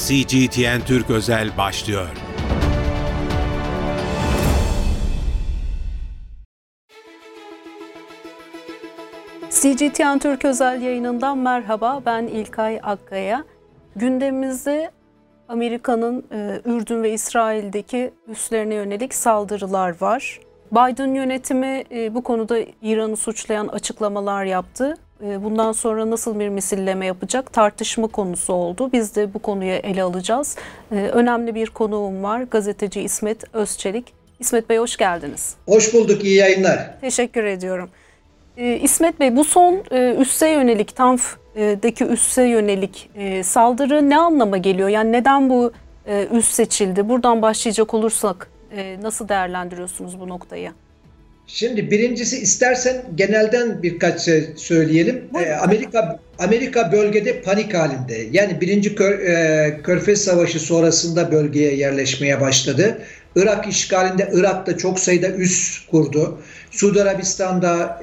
CGTN Türk Özel başlıyor. CGTN Türk Özel yayınından merhaba, ben İlkay Akkaya. Gündemimizde Amerika'nın Ürdün ve İsrail'deki üslerine yönelik saldırılar var. Biden yönetimi bu konuda İran'ı suçlayan açıklamalar yaptı. Bundan sonra nasıl bir misilleme yapacak tartışma konusu oldu. Biz de bu konuyu ele alacağız. Önemli bir konuğum var, gazeteci İsmet Özçelik. İsmet Bey hoş geldiniz. Hoş bulduk, iyi yayınlar. Teşekkür ediyorum. İsmet Bey, bu son üsse yönelik, Tanf'daki üsse yönelik saldırı ne anlama geliyor? Yani neden bu üs seçildi? Buradan başlayacak olursak nasıl değerlendiriyorsunuz bu noktayı? Şimdi birincisi istersen genelden birkaç şey söyleyelim. Amerika bölgede panik halinde. Yani Birinci Körfez Savaşı sonrasında bölgeye yerleşmeye başladı. Irak işgalinde Irak'ta çok sayıda üs kurdu. Suudi Arabistan'da,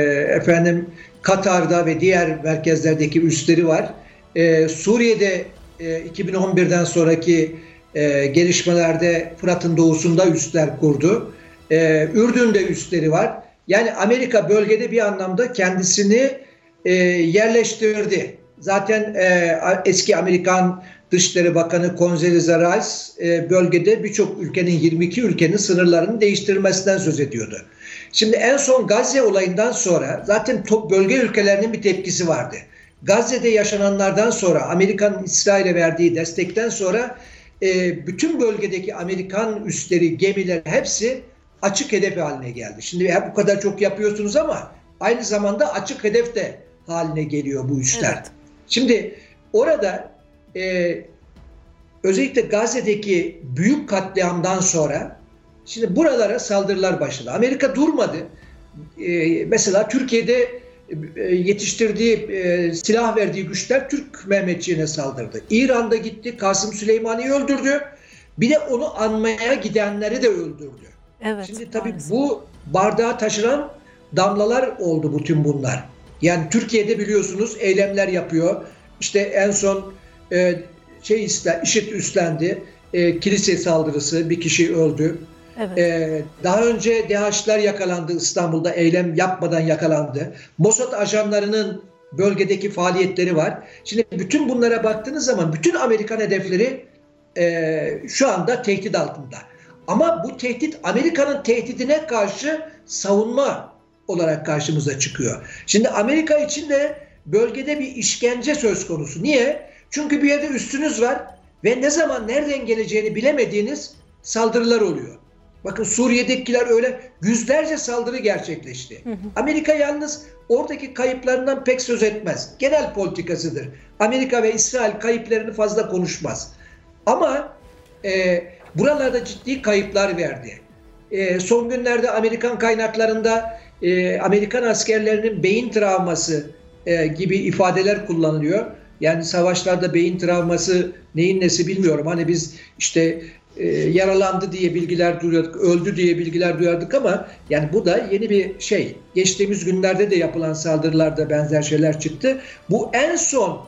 Katar'da ve diğer merkezlerdeki üsleri var. Suriye'de 2011'den sonraki gelişmelerde Fırat'ın doğusunda üsler kurdu. Ürdün'de üsleri var. Yani Amerika bölgede bir anlamda kendisini yerleştirdi. Zaten eski Amerikan Dışişleri Bakanı Condoleezza Rice bölgede birçok ülkenin, 22 ülkenin sınırlarını değiştirmesinden söz ediyordu. Şimdi en son Gazze olayından sonra zaten bölge ülkelerinin bir tepkisi vardı. Gazze'de yaşananlardan sonra Amerika'nın İsrail'e verdiği destekten sonra bütün bölgedeki Amerikan üsleri, gemiler hepsi açık hedef haline geldi. Şimdi hep bu kadar çok yapıyorsunuz ama aynı zamanda açık hedef de haline geliyor bu üsler. Evet. Şimdi orada özellikle Gazze'deki büyük katliamdan sonra şimdi buralara saldırılar başladı. Amerika durmadı. Mesela Türkiye'de yetiştirdiği, silah verdiği güçler Türk Mehmetçiğine saldırdı. İran'da gitti, Kasım Süleyman'ı öldürdü. Bir de onu anmaya gidenleri de öldürdü. Evet, şimdi tabii maalesef bu bardağı taşıran damlalar oldu bütün bunlar. Yani Türkiye'de biliyorsunuz eylemler yapıyor. İşte en son IŞİD üstlendi. Kilise saldırısı, bir kişi öldü. Evet. Daha önce DAEŞ'ler yakalandı, İstanbul'da eylem yapmadan yakalandı. Mossad ajanlarının bölgedeki faaliyetleri var. Şimdi bütün bunlara baktığınız zaman bütün Amerikan hedefleri şu anda tehdit altında. Ama bu tehdit Amerika'nın tehdidine karşı savunma olarak karşımıza çıkıyor. Şimdi Amerika için de bölgede bir işkence söz konusu. Niye? Çünkü bir yerde üstünüz var ve ne zaman nereden geleceğini bilemediğiniz saldırılar oluyor. Bakın Suriye'dekiler öyle yüzlerce saldırı gerçekleşti. Amerika yalnız oradaki kayıplarından pek söz etmez. Genel politikasıdır. Amerika ve İsrail kayıplarını fazla konuşmaz. Ama buralarda ciddi kayıplar verdi. Son günlerde Amerikan kaynaklarında Amerikan askerlerinin beyin travması gibi ifadeler kullanılıyor. Yani savaşlarda beyin travması neyin nesi bilmiyorum. Hani biz işte yaralandı diye bilgiler duyuyorduk, öldü diye bilgiler duyardık ama yani bu da yeni bir şey. Geçtiğimiz günlerde de yapılan saldırılarda benzer şeyler çıktı. Bu en son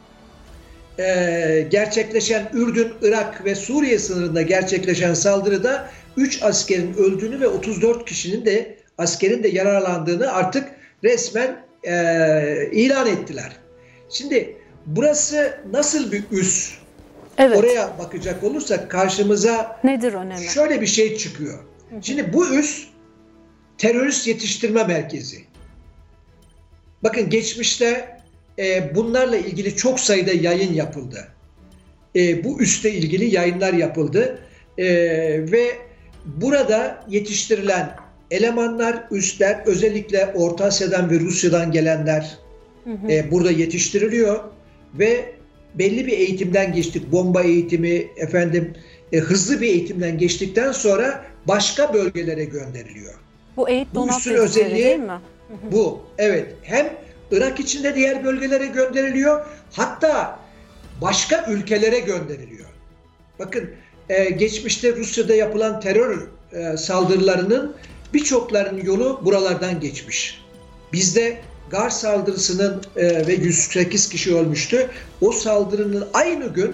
gerçekleşen Ürdün, Irak ve Suriye sınırında gerçekleşen saldırıda 3 askerin öldüğünü ve 34 kişinin de askerin de yaralandığını artık resmen ilan ettiler. Şimdi burası nasıl bir üs? Evet. Oraya bakacak olursak karşımıza nedir önemi? Şöyle bir şey çıkıyor. Şimdi bu üs terörist yetiştirme merkezi. Bakın geçmişte bunlarla ilgili çok sayıda yayın yapıldı. Bu üsle ilgili yayınlar yapıldı. Ve burada yetiştirilen elemanlar, üsler, özellikle Orta Asya'dan ve Rusya'dan gelenler burada yetiştiriliyor ve belli bir eğitimden geçtik. Bomba eğitimi, hızlı bir eğitimden geçtikten sonra başka bölgelere gönderiliyor. Bu eğitim donat özelliği değil mi? Bu, evet. Hem Irak içinde diğer bölgelere gönderiliyor, hatta başka ülkelere gönderiliyor. Bakın geçmişte Rusya'da yapılan terör saldırılarının birçoklarının yolu buralardan geçmiş. Bizde Gar saldırısının ve 108 kişi ölmüştü. O saldırının aynı gün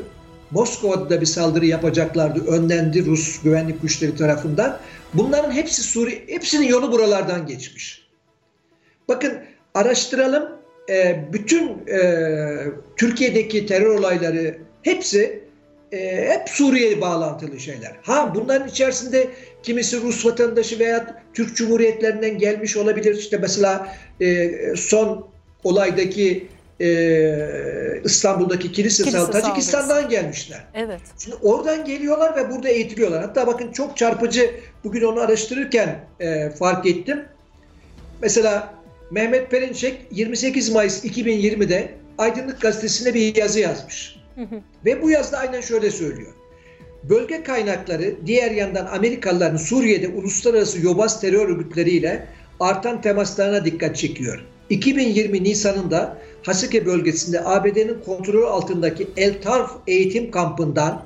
Moskova'da da bir saldırı yapacaklardı. Önlendi Rus güvenlik güçleri tarafından. Bunların hepsi hepsinin yolu buralardan geçmiş. Bakın araştıralım. Bütün Türkiye'deki terör olayları hepsi hep Suriye'ye bağlantılı şeyler. Bunların içerisinde kimisi Rus vatandaşı veya Türk Cumhuriyetlerinden gelmiş olabilir. İşte mesela son olaydaki İstanbul'daki kilise Tacikistan'dan gelmişler. Evet. Şimdi oradan geliyorlar ve burada eğitiliyorlar. Hatta bakın çok çarpıcı, bugün onu araştırırken fark ettim. Mesela Mehmet Perinçek 28 Mayıs 2020'de Aydınlık Gazetesi'ne bir yazı yazmış. Ve bu yazıda aynen şöyle söylüyor. Bölge kaynakları diğer yandan Amerikalıların Suriye'de uluslararası yobaz terör örgütleriyle artan temaslarına dikkat çekiyor. 2020 Nisan'ında Haseke bölgesinde ABD'nin kontrolü altındaki El Tarf eğitim kampından,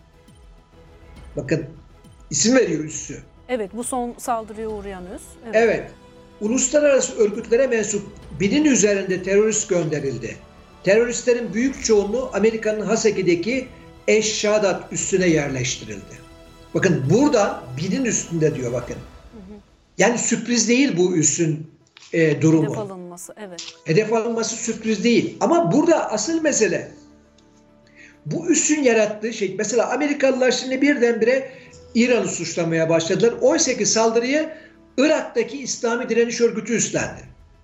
bakın isim veriyor üssü. Evet, bu son saldırıya uğrayan üs. Evet. Uluslararası örgütlere mensup 1000'in üzerinde terörist gönderildi. Teröristlerin büyük çoğunluğu Amerika'nın Haseke'deki Eş-Şadat üssüne yerleştirildi. Bakın burada 1000'in üstünde diyor bakın. Yani sürpriz değil bu üssün durumu. Hedef alınması, evet. Hedef alınması sürpriz değil. Ama burada asıl mesele bu üssün yarattığı şey. Mesela Amerikalılar şimdi birdenbire İran'ı suçlamaya başladılar. Oysa ki saldırıyı Irak'taki İslami Direniş Örgütü üstlendi.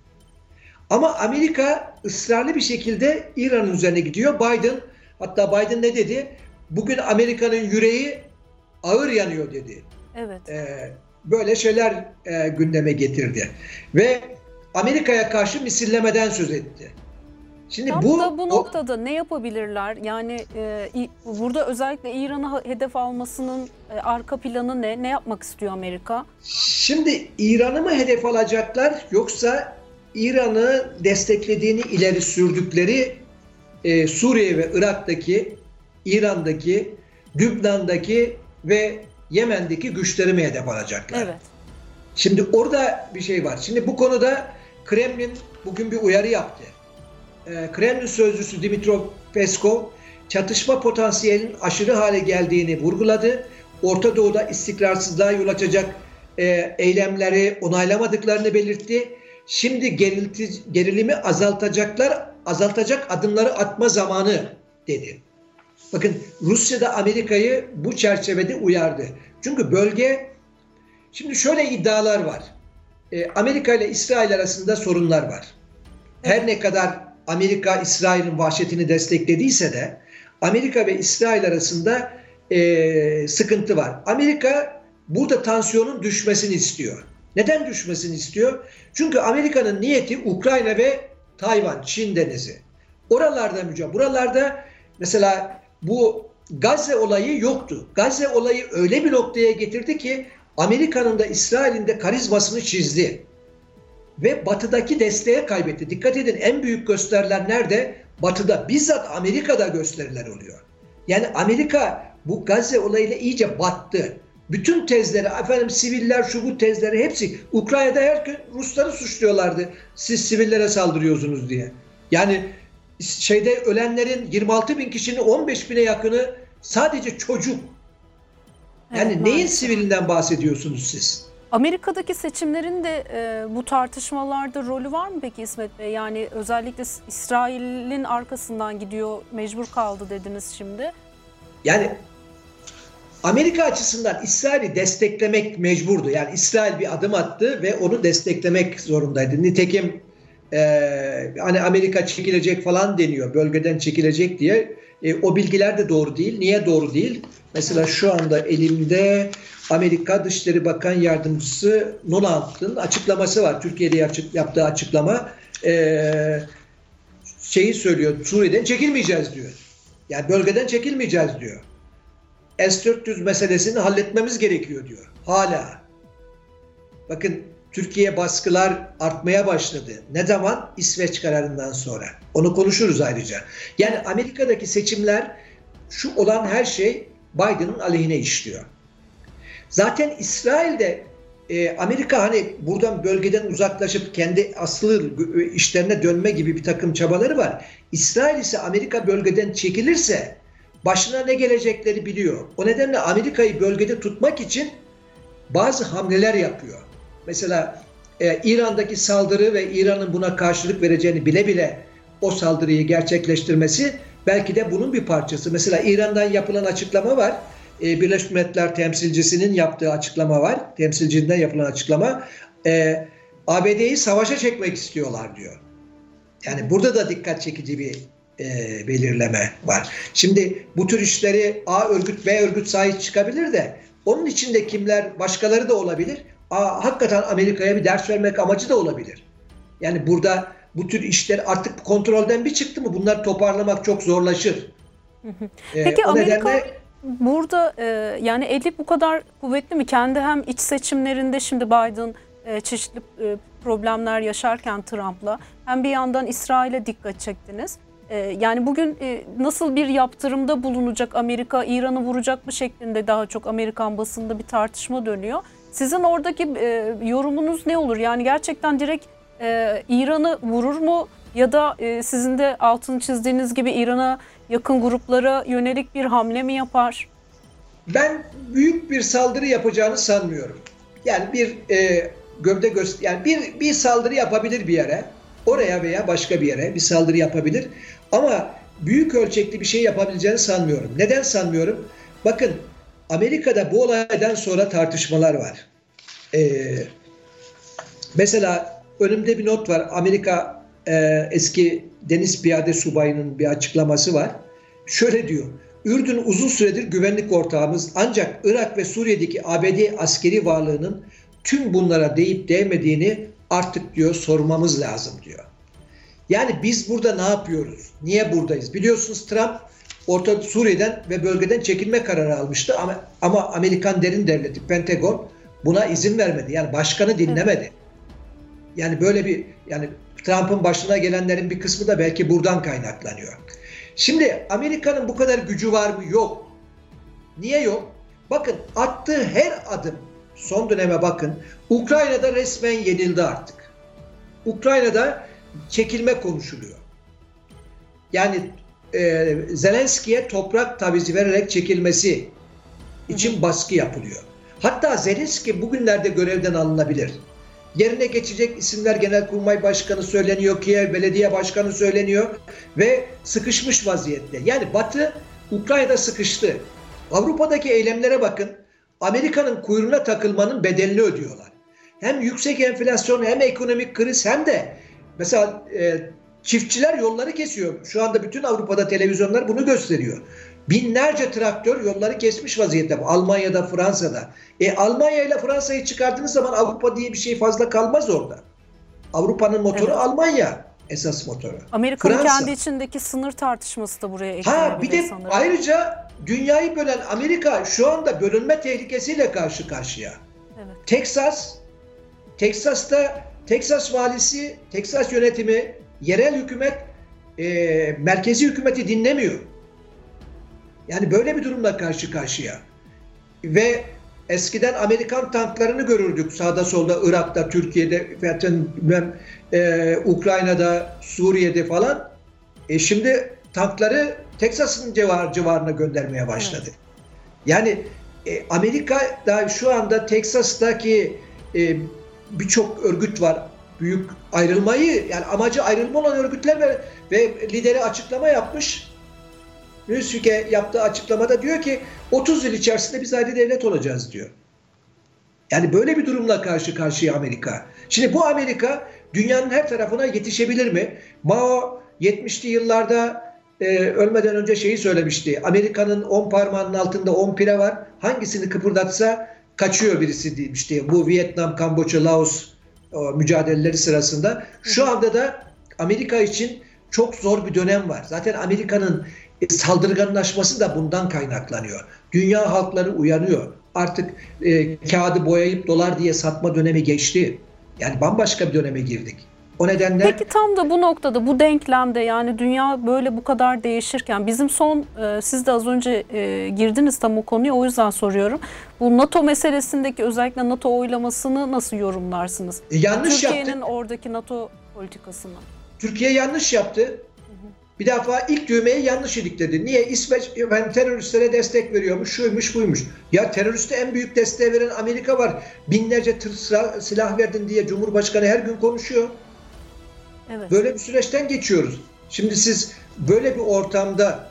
Ama Amerika ısrarlı bir şekilde İran'ın üzerine gidiyor. Hatta Biden ne dedi? Bugün Amerika'nın yüreği ağır yanıyor dedi. Evet. Böyle şeyler gündeme getirdi. Ve Amerika'ya karşı misillemeden söz etti. Şimdi Tam da bu noktada ne yapabilirler? Yani burada özellikle İran'ı hedef almasının arka planı ne? Ne yapmak istiyor Amerika? Şimdi İran'ı mı hedef alacaklar, yoksa İran'ı desteklediğini ileri sürdükleri Suriye ve Irak'taki, İran'daki, Lübnan'daki ve Yemen'deki güçleri mi hedef alacaklar? Evet. Şimdi orada bir şey var. Şimdi bu konuda Kremlin bugün bir uyarı yaptı. Kremlin sözcüsü Dimitrov Peskov, çatışma potansiyelinin aşırı hale geldiğini vurguladı. Orta Doğu'da istikrarsızlığa yol açacak eylemleri onaylamadıklarını belirtti. Şimdi gerilimi azaltacak adımları atma zamanı dedi. Bakın Rusya da Amerika'yı bu çerçevede uyardı. Çünkü şimdi şöyle iddialar var. Amerika ile İsrail arasında sorunlar var. Her ne kadar Amerika İsrail'in vahşetini desteklediyse de Amerika ve İsrail arasında sıkıntı var. Amerika burada tansiyonun düşmesini istiyor. Neden düşmesini istiyor? Çünkü Amerika'nın niyeti Ukrayna ve Tayvan, Çin Denizi. Buralarda mesela bu Gazze olayı yoktu. Gazze olayı öyle bir noktaya getirdi ki Amerika'nın da İsrail'in de karizmasını çizdi. Ve batıdaki desteğe kaybetti. Dikkat edin, en büyük gösteriler nerede? Batıda, bizzat Amerika'da gösteriler oluyor. Yani Amerika bu Gazze olayıyla iyice battı. Bütün tezleri, siviller, bu tezleri hepsi, Ukrayna'da her gün Rusları suçluyorlardı. Siz sivillere saldırıyorsunuz diye. Yani ölenlerin 26 bin kişinin 15 bine yakını sadece çocuk. Yani evet, neyin sivilinden bahsediyorsunuz siz? Amerika'daki seçimlerin de bu tartışmalarda rolü var mı peki İsmet Bey? Yani özellikle İsrail'in arkasından gidiyor, mecbur kaldı dediniz şimdi. Yani Amerika açısından İsrail'i desteklemek mecburdu. Yani İsrail bir adım attı ve onu desteklemek zorundaydı. Nitekim hani Amerika çekilecek falan deniyor, bölgeden çekilecek diye. O bilgiler de doğru değil. Niye doğru değil? Mesela şu anda elimde Amerika Dışişleri Bakan Yardımcısı Nuland'ın açıklaması var. Türkiye'de yaptığı açıklama. Söylüyor, Suriye'den çekilmeyeceğiz diyor. Yani bölgeden çekilmeyeceğiz diyor. S-400 meselesini halletmemiz gerekiyor diyor. Hala. Bakın Türkiye baskılar artmaya başladı. Ne zaman? İsveç kararından sonra. Onu konuşuruz ayrıca. Yani Amerika'daki seçimler, şu olan her şey Biden'ın aleyhine işliyor. Zaten İsrail'de Amerika hani buradan bölgeden uzaklaşıp kendi aslı işlerine dönme gibi bir takım çabaları var. İsrail ise Amerika bölgeden çekilirse başına ne gelecekleri biliyor. O nedenle Amerika'yı bölgede tutmak için bazı hamleler yapıyor. Mesela İran'daki saldırı ve İran'ın buna karşılık vereceğini bile bile o saldırıyı gerçekleştirmesi belki de bunun bir parçası. Mesela İran'dan yapılan açıklama var. Birleşmiş Milletler temsilcisinin yaptığı açıklama var. Temsilciliğinden yapılan açıklama. ABD'yi savaşa çekmek istiyorlar diyor. Yani burada da dikkat çekici bir belirleme var. Şimdi bu tür işleri A örgüt, B örgüt sahip çıkabilir de onun içinde kimler, başkaları da olabilir. Hakikaten Amerika'ya bir ders vermek amacı da olabilir. Yani burada bu tür işler artık kontrolden bir çıktı mı bunlar toparlamak çok zorlaşır. Peki Amerika burada yani eli bu kadar kuvvetli mi? Kendi hem iç seçimlerinde şimdi Biden çeşitli problemler yaşarken Trump'la hem bir yandan İsrail'e dikkat çektiniz. Yani bugün nasıl bir yaptırımda bulunacak Amerika, İran'ı vuracak mı şeklinde daha çok Amerikan basında bir tartışma dönüyor. Sizin oradaki yorumunuz ne olur? Yani gerçekten direkt İran'ı vurur mu? Ya da sizin de altını çizdiğiniz gibi İran'a yakın gruplara yönelik bir hamle mi yapar? Ben büyük bir saldırı yapacağını sanmıyorum. Yani bir gövde yani bir saldırı yapabilir bir yere, oraya veya başka bir yere bir saldırı yapabilir. Ama büyük ölçekli bir şey yapabileceğini sanmıyorum. Neden sanmıyorum? Bakın Amerika'da bu olaydan sonra tartışmalar var. Mesela önümde bir not var. Amerika eski deniz piyade subayının bir açıklaması var. Şöyle diyor. Ürdün uzun süredir güvenlik ortağımız ancak Irak ve Suriye'deki ABD askeri varlığının tüm bunlara değip değmediğini artık diyor sormamız lazım diyor. Yani biz burada ne yapıyoruz? Niye buradayız? Biliyorsunuz Trump Orta Suriye'den ve bölgeden çekilme kararı almıştı ama Amerikan derin devleti Pentagon buna izin vermedi. Yani başkanı dinlemedi. Yani böyle bir Trump'ın başına gelenlerin bir kısmı da belki buradan kaynaklanıyor. Şimdi Amerika'nın bu kadar gücü var mı? Yok. Niye yok? Bakın attığı her adım son döneme bakın. Ukrayna'da resmen yenildi artık. Ukrayna'da çekilme konuşuluyor. Yani Zelenski'ye toprak tavizi vererek çekilmesi için baskı yapılıyor. Hatta Zelenski bugünlerde görevden alınabilir. Yerine geçecek isimler Genelkurmay Başkanı söyleniyor, Kiev Belediye Başkanı söyleniyor ve sıkışmış vaziyette. Yani Batı Ukrayna'da sıkıştı. Avrupa'daki eylemlere bakın. Amerika'nın kuyruğuna takılmanın bedelini ödüyorlar. Hem yüksek enflasyon hem ekonomik kriz hem de mesela çiftçiler yolları kesiyor. Şu anda bütün Avrupa'da televizyonlar bunu gösteriyor. Binlerce traktör yolları kesmiş vaziyette. Almanya'da, Fransa'da. Almanya ile Fransa'yı çıkardığınız zaman Avrupa diye bir şey fazla kalmaz orada. Avrupa'nın motoru evet. Almanya esas motoru. Amerika'nın kendi içindeki sınır tartışması da buraya eklenebilir bir de sanırım. Ayrıca dünyayı bölen Amerika şu anda bölünme tehlikesiyle karşı karşıya. Evet. Teksas'ta Teksas valisi, Teksas yönetimi, yerel hükümet merkezi hükümeti dinlemiyor. Yani böyle bir durumla karşı karşıya. Ve eskiden Amerikan tanklarını görürdük sağda solda, Irak'ta, Türkiye'de, Ukrayna'da, Suriye'de falan. Şimdi tankları Teksas'ın civarına göndermeye başladı. Evet. Yani Amerika da şu anda Teksas'taki birçok örgüt var. Büyük ayrılmayı, yani amacı ayrılma olan örgütler ve lideri açıklama yapmış. Newsweek'e yaptığı açıklamada diyor ki 30 yıl içerisinde biz ayrı devlet olacağız diyor. Yani böyle bir durumla karşı karşıya Amerika. Şimdi bu Amerika dünyanın her tarafına yetişebilir mi? Mao 70'li yıllarda ölmeden önce şeyi söylemişti. Amerika'nın 10 parmağının altında 10 pire var. Hangisini kıpırdatsa kaçıyor birisi demişti. Bu Vietnam, Kamboçya, Laos mücadeleleri sırasında. Şu anda da Amerika için çok zor bir dönem var. Zaten Amerika'nın saldırganlaşması da bundan kaynaklanıyor. Dünya halkları uyanıyor. Artık kağıdı boyayıp dolar diye satma dönemi geçti. Yani bambaşka bir döneme girdik. O nedenle... Peki tam da bu noktada, bu denklemde, yani dünya böyle bu kadar değişirken bizim siz de az önce girdiniz tam o konuya, o yüzden soruyorum. Bu NATO meselesindeki özellikle NATO oylamasını nasıl yorumlarsınız? Yanlış Türkiye'nin oradaki NATO politikasını. Türkiye yanlış yaptı. Bir defa ilk düğmeyi yanlış ilikledi. Niye? İsveç teröristlere destek veriyormuş, şuymuş, buymuş. Ya teröriste en büyük desteği veren Amerika var. Binlerce tır silah verdin diye Cumhurbaşkanı her gün konuşuyor. Evet. Böyle bir süreçten geçiyoruz. Şimdi siz böyle bir ortamda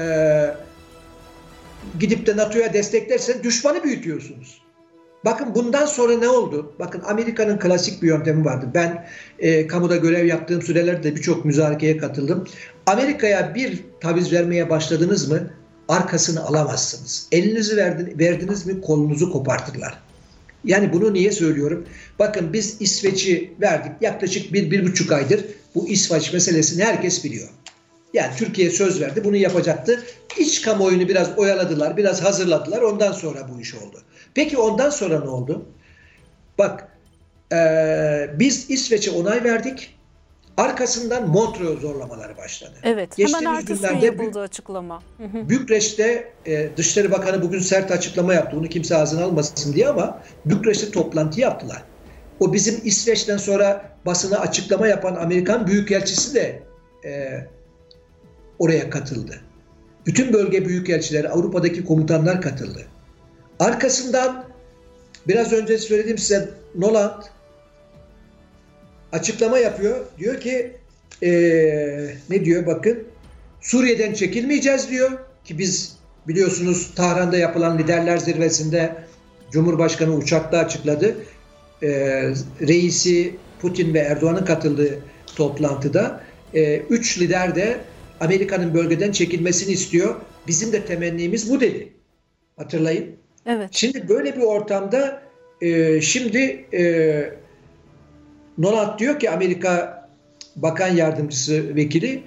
gidip de NATO'ya desteklerseniz düşmanı büyütüyorsunuz. Bakın bundan sonra ne oldu? Bakın Amerika'nın klasik bir yöntemi vardı. Ben kamuda görev yaptığım sürelerde birçok müzakereye katıldım. Amerika'ya bir taviz vermeye başladınız mı arkasını alamazsınız. Elinizi verdiniz mi kolunuzu kopartırlar. Yani bunu niye söylüyorum? Bakın biz İsveç'i verdik. Yaklaşık 1-1,5 aydır bu İsveç meselesini herkes biliyor. Yani Türkiye söz verdi, bunu yapacaktı. İç kamuoyunu biraz oyaladılar, biraz hazırladılar. Ondan sonra bu iş oldu. Peki ondan sonra ne oldu? Bak, biz İsveç'e onay verdik. Arkasından Montreux zorlamaları başladı. Evet, Geçtiğimiz hemen ertesi gün günlerde yapıldı açıklama. Bükreş'te Dışişleri Bakanı bugün sert açıklama yaptı. Bunu kimse ağzına almasın diye ama Bükreş'te toplantı yaptılar. O bizim İsveç'ten sonra basına açıklama yapan Amerikan Büyükelçisi de oraya katıldı. Bütün bölge büyükelçileri, Avrupa'daki komutanlar katıldı. Arkasından biraz önce söylediğim size Noland açıklama yapıyor. Diyor ki ne diyor bakın, Suriye'den çekilmeyeceğiz diyor ki biz biliyorsunuz Tahran'da yapılan liderler zirvesinde Cumhurbaşkanı uçakta açıkladı. Reisi Putin ve Erdoğan'ın katıldığı toplantıda 3 lider de Amerika'nın bölgeden çekilmesini istiyor. Bizim de temennimiz bu dedi. Hatırlayın. Evet. Şimdi böyle bir ortamda Noland diyor ki Amerika Bakan Yardımcısı vekili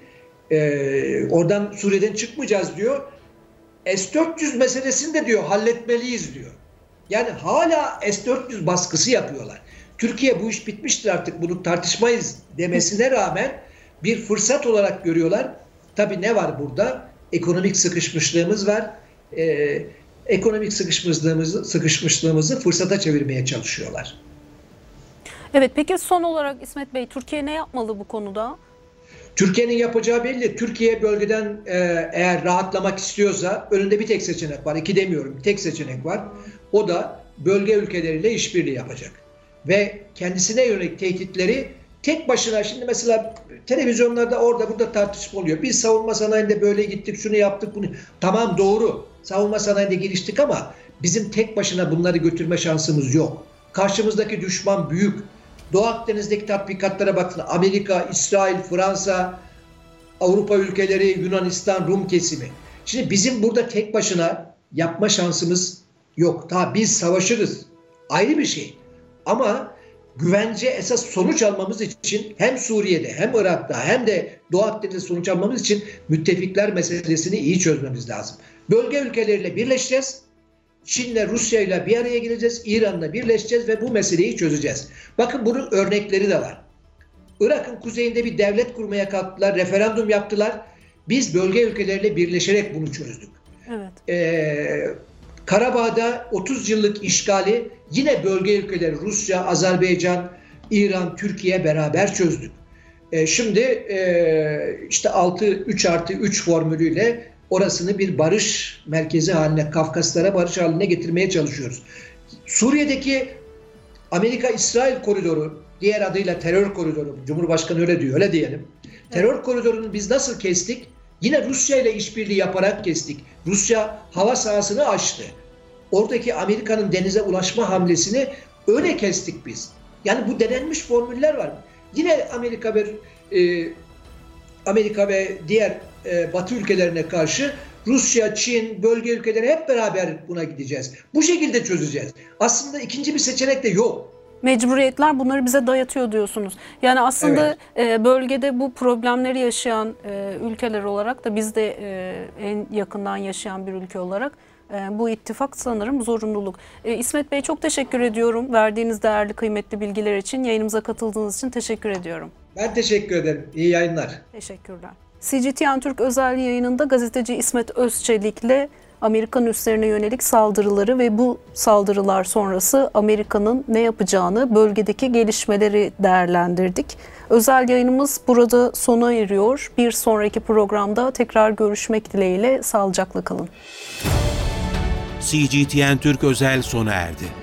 oradan Suriye'den çıkmayacağız diyor. S-400 meselesini de diyor halletmeliyiz diyor. Yani hala S-400 baskısı yapıyorlar. Türkiye bu iş bitmiştir artık bunu tartışmayız demesine rağmen bir fırsat olarak görüyorlar. Tabii ne var burada? Ekonomik sıkışmışlığımız var. Ekonomik sıkışmışlığımızı fırsata çevirmeye çalışıyorlar. Evet, peki son olarak İsmet Bey, Türkiye ne yapmalı bu konuda? Türkiye'nin yapacağı belli. Türkiye bölgeden eğer rahatlamak istiyorsa önünde bir tek seçenek var. İki demiyorum. Bir tek seçenek var. O da bölge ülkeleriyle işbirliği yapacak. Ve kendisine yönelik tehditleri tek başına, şimdi mesela televizyonlarda orada burada tartışma oluyor. Biz savunma sanayinde böyle gittik, şunu yaptık, bunu. Tamam, doğru. Savunma sanayinde geliştik ama bizim tek başına bunları götürme şansımız yok. Karşımızdaki düşman büyük. Doğu Akdeniz'deki tatbikatlara bakın. Amerika, İsrail, Fransa, Avrupa ülkeleri, Yunanistan, Rum kesimi. Şimdi bizim burada tek başına yapma şansımız yok. Biz savaşırız. Ayrı bir şey. Ama güvence esas sonuç almamız için hem Suriye'de hem Irak'ta hem de Doğu Akdeniz'de sonuç almamız için müttefikler meselesini iyi çözmemiz lazım. Bölge ülkeleriyle birleşeceğiz. Çin'le, Rusya'yla bir araya geleceğiz. İran'la birleşeceğiz ve bu meseleyi çözeceğiz. Bakın bunun örnekleri de var. Irak'ın kuzeyinde bir devlet kurmaya kalktılar. Referandum yaptılar. Biz bölge ülkeleriyle birleşerek bunu çözdük. Evet. Karabağ'da 30 yıllık işgali yine bölge ülkeleri Rusya, Azerbaycan, İran, Türkiye beraber çözdük. Şimdi işte 3+3 formülüyle orasını bir barış merkezi haline, Kafkaslara barış haline getirmeye çalışıyoruz. Suriye'deki Amerika-İsrail koridoru, diğer adıyla terör koridoru, Cumhurbaşkanı öyle diyor, öyle diyelim. Terör koridorunu biz nasıl kestik? Yine Rusya ile işbirliği yaparak kestik. Rusya hava sahasını açtı. Oradaki Amerika'nın denize ulaşma hamlesini öyle kestik biz. Yani bu denenmiş formüller var. Yine Amerika ve diğer Batı ülkelerine karşı Rusya, Çin, bölge ülkeleri hep beraber buna gideceğiz. Bu şekilde çözeceğiz. Aslında ikinci bir seçenek de yok. Mecburiyetler bunları bize dayatıyor diyorsunuz. Yani aslında bölgede bu problemleri yaşayan ülkeler olarak da biz de en yakından yaşayan bir ülke olarak bu ittifak sanırım zorunluluk. İsmet Bey, çok teşekkür ediyorum. Verdiğiniz değerli, kıymetli bilgiler için, yayınımıza katıldığınız için teşekkür ediyorum. Ben teşekkür ederim. İyi yayınlar. Teşekkürler. CGTN Türk özel yayınında gazeteci İsmet Özçelik'le Amerikan üslerine yönelik saldırıları ve bu saldırılar sonrası Amerika'nın ne yapacağını, bölgedeki gelişmeleri değerlendirdik. Özel yayınımız burada sona eriyor. Bir sonraki programda tekrar görüşmek dileğiyle, sağlıcakla kalın. CGTN Türk özel sona erdi.